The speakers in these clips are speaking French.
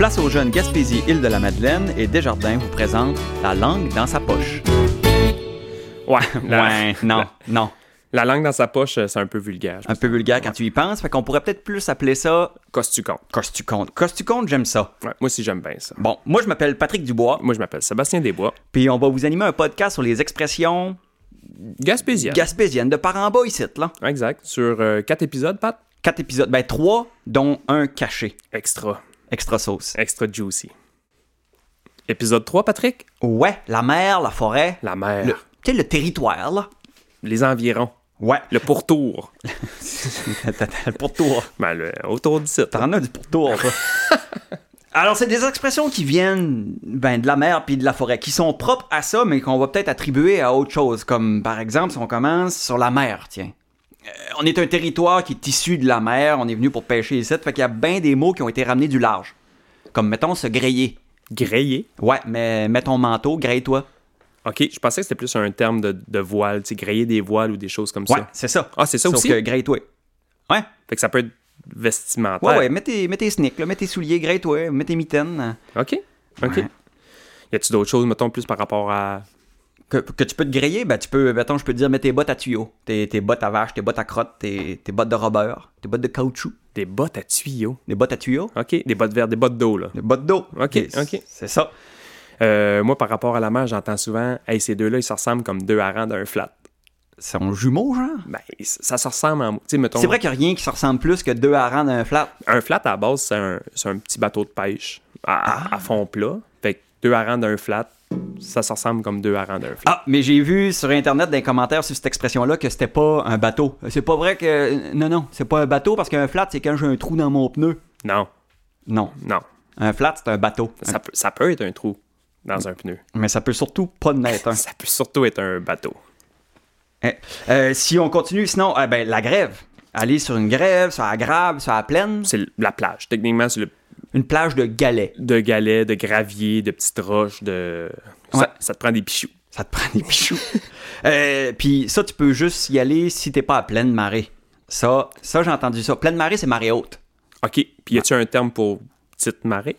Place aux jeunes Gaspésie, Île-de-la-Madeleine et Desjardins vous présente La langue dans sa poche. Non. La langue dans sa poche, c'est un peu vulgaire. Un peu vulgaire quand tu y penses, fait qu'on pourrait peut-être plus appeler ça... Costuconte. Costuconte, j'aime ça. Ouais, moi aussi, j'aime bien ça. Bon, moi, je m'appelle Patrick Dubois. Moi, je m'appelle Sébastien Desbois. Puis on va vous animer un podcast sur les expressions... Gaspésiennes, de par en bas ici, là. Exact. Sur 4 épisodes, Pat? 4 épisodes, 3, dont un caché. Extra sauce. Extra juicy. Épisode 3, Patrick? Ouais, la mer, la forêt. La mer. Tu sais, le territoire, là. Les environs. Ouais. Le pourtour. Le pourtour. Autour d'ici. T'en as du pourtour, toi. Alors, c'est des expressions qui viennent de la mer puis de la forêt, qui sont propres à ça, mais qu'on va peut-être attribuer à autre chose. Comme, par exemple, si on commence sur la mer, tiens. On est un territoire qui est issu de la mer, on est venu pour pêcher ici, fait qu'il y a bien des mots qui ont été ramenés du large. Comme, mettons, se grayer. Grayer? Ouais, mais mets ton manteau, graye-toi. OK, je pensais que c'était plus un terme de voile, tu sais, grayer des voiles ou des choses comme ça. Ouais, c'est ça. Ah, c'est ça Sauf aussi? que graye-toi. Ouais. Fait que ça peut être vestimentaire. Ouais, mets tes sneaks, là, mets tes souliers, graye-toi, mets tes mitaines. OK. Ouais. Y a-tu d'autres choses, mettons, plus par rapport à... Que tu peux te grayer, je peux te dire, mets tes bottes à tuyaux, tes bottes à vache, tes bottes à crotte, tes bottes de rubber, tes bottes de caoutchouc. Des bottes à tuyaux? Des bottes à tuyaux? OK, des bottes vertes, des bottes d'eau, là. Des bottes d'eau. OK. C'est ça. Moi, par rapport à la mer, j'entends souvent, hey, ces deux-là, ils se ressemblent comme deux harengs d'un flat. C'est un jumeau, genre? Ben, ça se ressemble en... Mettons, c'est vrai qu'il n'y a rien qui se ressemble plus que deux harengs d'un flat. Un flat, à la base, c'est un petit bateau de pêche à fond plat. Fait que deux harengs d'un flat, ça se ressemble comme deux harengs d'un flat. Ah, mais j'ai vu sur Internet des commentaires sur cette expression-là que c'était pas un bateau. C'est pas vrai que... Non, c'est pas un bateau parce qu'un flat, c'est quand j'ai un trou dans mon pneu. Non. Un flat, c'est un bateau. Ça peut être un trou dans un pneu. Mais ça peut surtout pas naître un. Ça peut surtout être un bateau. Si on continue, sinon, la grève. Aller sur une grève, sur la grave, sur la plaine. C'est la plage. Techniquement, c'est une plage de galets. De galets, de gravier, de petites roches, de... Ouais. Ça te prend des pichoux. Ça te prend des pichoux. Puis ça, tu peux juste y aller si t'es pas à pleine marée. Ça j'ai entendu ça. Pleine marée, c'est marée haute. OK. Puis y a-tu un terme pour petite marée?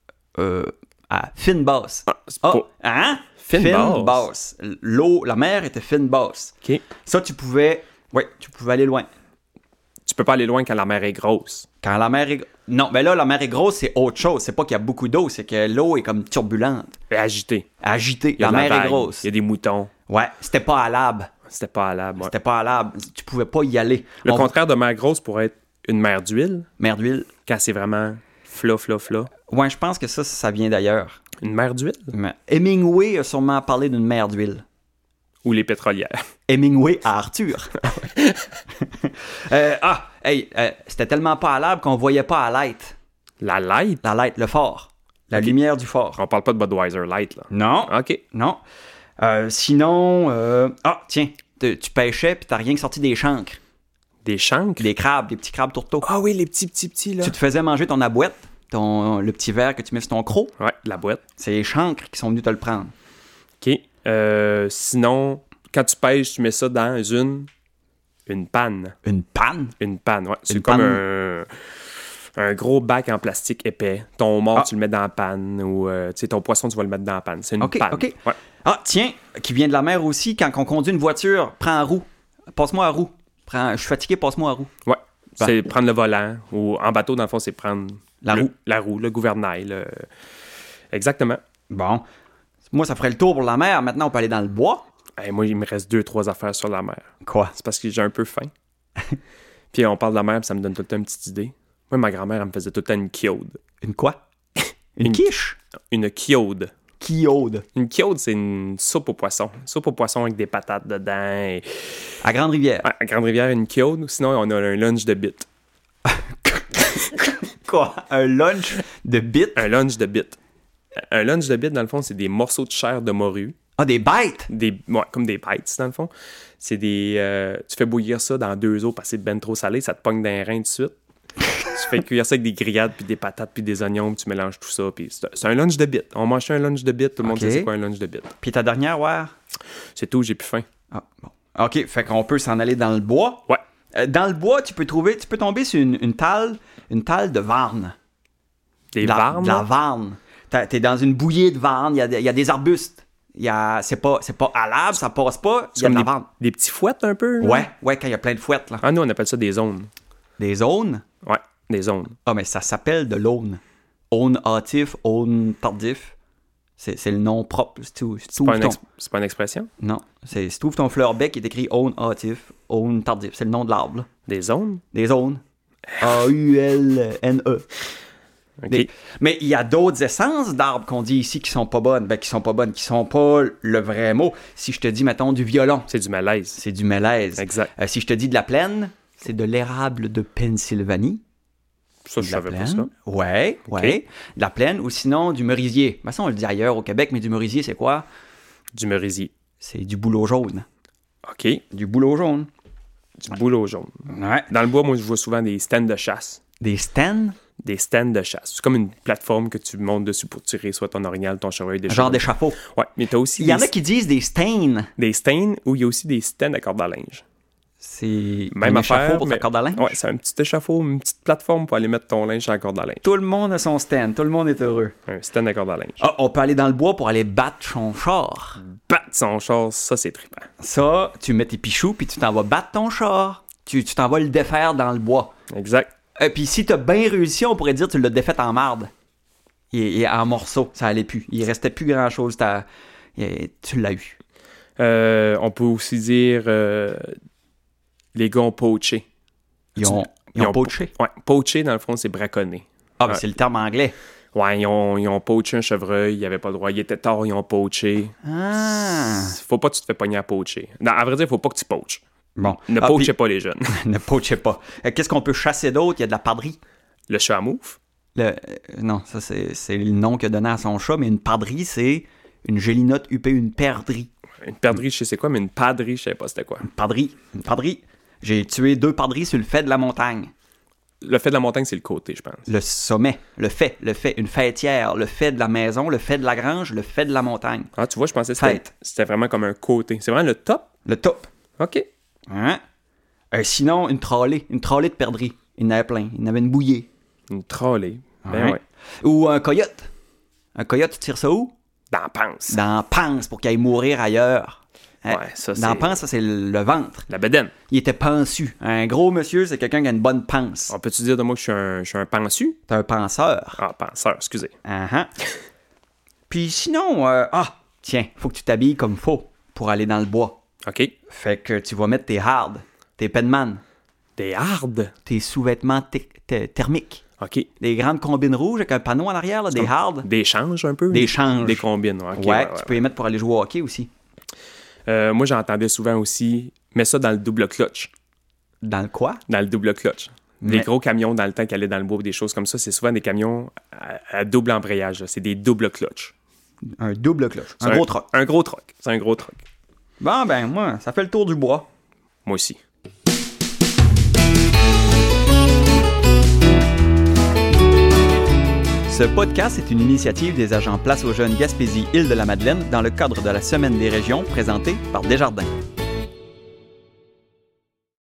Fine basse. Hein? Fine basse. L'eau, la mer était fine basse. OK. Ça, tu pouvais aller loin. Tu peux pas aller loin quand la mer est grosse. Quand la mer est... Non, mais là, la mer est grosse, c'est autre chose. C'est pas qu'il y a beaucoup d'eau, c'est que l'eau est comme turbulente. Et agitée. La mer est grosse. Il y a des moutons. Ouais, c'était pas à l'ab. Ouais. Tu pouvais pas y aller. Le contraire de mer grosse pourrait être une mer d'huile. Mer d'huile. Quand c'est vraiment flat. Ouais, je pense que ça vient d'ailleurs. Une mer d'huile? Hemingway a sûrement parlé d'une mer d'huile. Ou les pétrolières. Hemingway à Arthur. C'était tellement pas à l'arbre qu'on voyait pas à light. La light? La light, le phare. La lumière du phare. On parle pas de Budweiser Light, là. Non. OK. Non. Sinon... tiens, tu pêchais puis t'as rien que sorti des chancres. Des chancres? Des crabes, des petits crabes tourteaux. Ah oui, les petits, là. Tu te faisais manger ton abouette, le petit verre que tu mets sur ton croc. Ouais, la boîte. C'est les chancres qui sont venus te le prendre. OK. Sinon, quand tu pêches, tu mets ça dans une panne. Une panne? Une panne, ouais. C'est comme un gros bac en plastique épais. Ton homard, tu le mets dans la panne. Ou ton poisson, tu vas le mettre dans la panne. C'est une panne. OK. Ouais. Ah, tiens, qui vient de la mer aussi, quand on conduit une voiture, prends la roue. Passe-moi la roue. Je suis fatigué, passe-moi la roue. Ouais. C'est prendre le volant. Ou en bateau, dans le fond, c'est prendre la roue, le gouvernail. Exactement. Bon. Moi, ça ferait le tour pour la mer. Maintenant, on peut aller dans le bois. Moi, il me reste 2-3 affaires sur la mer. Quoi? C'est parce que j'ai un peu faim. Puis on parle de la mer, puis ça me donne tout le temps une petite idée. Moi, ma grand-mère, elle me faisait tout le temps une quiaude. Une quoi? Une quiche? Une quiaude. Quiaude. Une quiaude, c'est une soupe aux poissons. Une soupe aux poissons avec des patates dedans. À Grande-Rivière? Ouais, à Grande-Rivière, une quiaude. Sinon, on a un lunch de bite. Quoi? Un lunch de bite? Un lunch de bite. Un lunch de bite, dans le fond, c'est des morceaux de chair de morue. Ah, des bêtes? Ouais, comme des bites, dans le fond. C'est des... tu fais bouillir ça dans 2 eaux parce que c'est ben trop salé, ça te pogne dans les reins tout de suite. Tu fais cuire ça avec des grillades, puis des patates, puis des oignons, puis tu mélanges tout ça. Puis c'est un lunch de bite. On mange un lunch de bite, tout le monde sait c'est quoi un lunch de bite. Puis ta dernière, ouais? C'est tout, j'ai plus faim. Ah, bon. OK, fait qu'on peut s'en aller dans le bois. Ouais. Dans le bois, tu peux tomber sur une tale de varne. Des varnes? De la varne. T'es dans une bouillée de varne, il y a des arbustes. C'est pas à l'arbre, ça passe pas, il y a de la varne. Des petits fouettes un peu? Là? Ouais, quand il y a plein de fouettes. Là. Ah, nous, on appelle ça des zones. Des zones? Ouais, des zones. Ah, mais ça s'appelle de l'aune. Aune hâtif, aune tardif. C'est le nom propre. C'est pas une expression? Non. Si tu ouvres ton fleur-bec, il est écrit aune hâtif, aune tardif. C'est le nom de l'arbre. Là. Des zones? Des zones. A-U-L-N-E. OK. Mais il y a d'autres essences d'arbres qu'on dit ici qui sont pas bonnes. Qui sont pas le vrai mot. Si je te dis, mettons, du violon. C'est du malaise. C'est du mélèze. Exact. Si je te dis de la plaine, c'est de l'érable de Pennsylvanie. Ça, je savais pas ça. Ouais. De la plaine, ou sinon du merisier. Ben, ça, on le dit ailleurs au Québec, mais du merisier, c'est quoi? Du merisier. C'est du bouleau jaune. OK. Du bouleau jaune. Du bouleau jaune. Ouais. Dans le bois, moi, je vois souvent des stands de chasse. Des stands? Des stands de chasse. C'est comme une plateforme que tu montes dessus pour tirer soit ton orignal, ton chevreuil, des Genre d'échafaud. Ouais, mais t'as aussi Il y en a qui disent des stains. Des stains où il y a aussi des stands à corde à linge. C'est même un affaire, échafaud pour ta mais... corde à linge? Ouais, c'est un petit échafaud, une petite plateforme pour aller mettre ton linge sur la corde à linge. Tout le monde a son stand. Tout le monde est heureux. Un stand à corde à linge. Ah, on peut aller dans le bois pour aller battre son char. Battre son char, ça, c'est trippant. Ça, tu mets tes pichous, puis tu t'en vas battre ton char. Tu t'en vas le défaire dans le bois. Exact. Puis si t'as bien réussi, on pourrait dire que tu l'as défait en marde. Il est en morceaux, ça allait plus. Il restait plus grand-chose. Tu l'as eu. On peut aussi dire... les gars ont poaché. Ils ont poaché? Ouais, poaché, dans le fond, c'est braconner. Ah, mais c'est le terme anglais. Ouais, ils ont poaché un chevreuil, ils avaient pas le droit. Il était tard, ils ont poaché. Ah! Faut pas que tu te fais pogner à poacher. Non, à vrai dire, faut pas que tu poaches. Bon. Ne poachez pas les jeunes. Ne poachez pas. Qu'est-ce qu'on peut chasser d'autre? Il y a de la pardrie. Le chat à mouffe? Non, ça, c'est le nom qu'il a donné à son chat, mais une pardrie, c'est une gélinote huppée, une perdrix. Une perdrix, je sais c'est quoi, mais une padrie, je sais pas c'était quoi. Une pardrie. J'ai tué 2 pardries sur le fait de la montagne. Le fait de la montagne, c'est le côté, je pense. Le sommet, le fait, une fêtière, le fait de la maison, le fait de la grange, le fait de la montagne. Ah, tu vois, je pensais que c'était vraiment comme un côté. C'est vraiment le top? Le top. OK. Hein? Sinon, une trolley de perdrix. Il y en avait plein. Il y en avait une bouillée. Une trolley. Ben ouais. Ou un coyote. Un coyote, tu tires ça où? Dans Pense. Dans Pense, pour qu'il aille mourir ailleurs. Ouais, ça, c'est... Dans Pense, ça, c'est le ventre. La bedaine. Il était pensu. Un gros monsieur, c'est quelqu'un qui a une bonne panse. On peut-tu dire de moi que je suis un pensu? T'es un penseur. Ah, penseur, excusez. Puis sinon, tiens, faut que tu t'habilles comme faut pour aller dans le bois. OK. Fait que tu vas mettre tes hards, tes penman. Des hardes? Tes sous-vêtements thermiques. OK. Des grandes combines rouges avec un panneau en arrière, là, des hards. Des changes un peu? Des changes. Des combines, okay, ouais, tu peux les mettre pour aller jouer au hockey aussi. Moi, j'entendais souvent aussi, mets ça dans le double clutch. Dans le quoi? Dans le double clutch. Les gros camions dans le temps qui allaient dans le bois ou des choses comme ça, c'est souvent des camions à double embrayage. Là. C'est des double clutch. Un double clutch. Un gros truck. Un gros truck. C'est un gros truck. Bon, ben, moi, ça fait le tour du bois. Moi aussi. Ce podcast est une initiative des agents Place aux Jeunes Gaspésie-Île-de-la-Madeleine dans le cadre de la Semaine des régions présentée par Desjardins.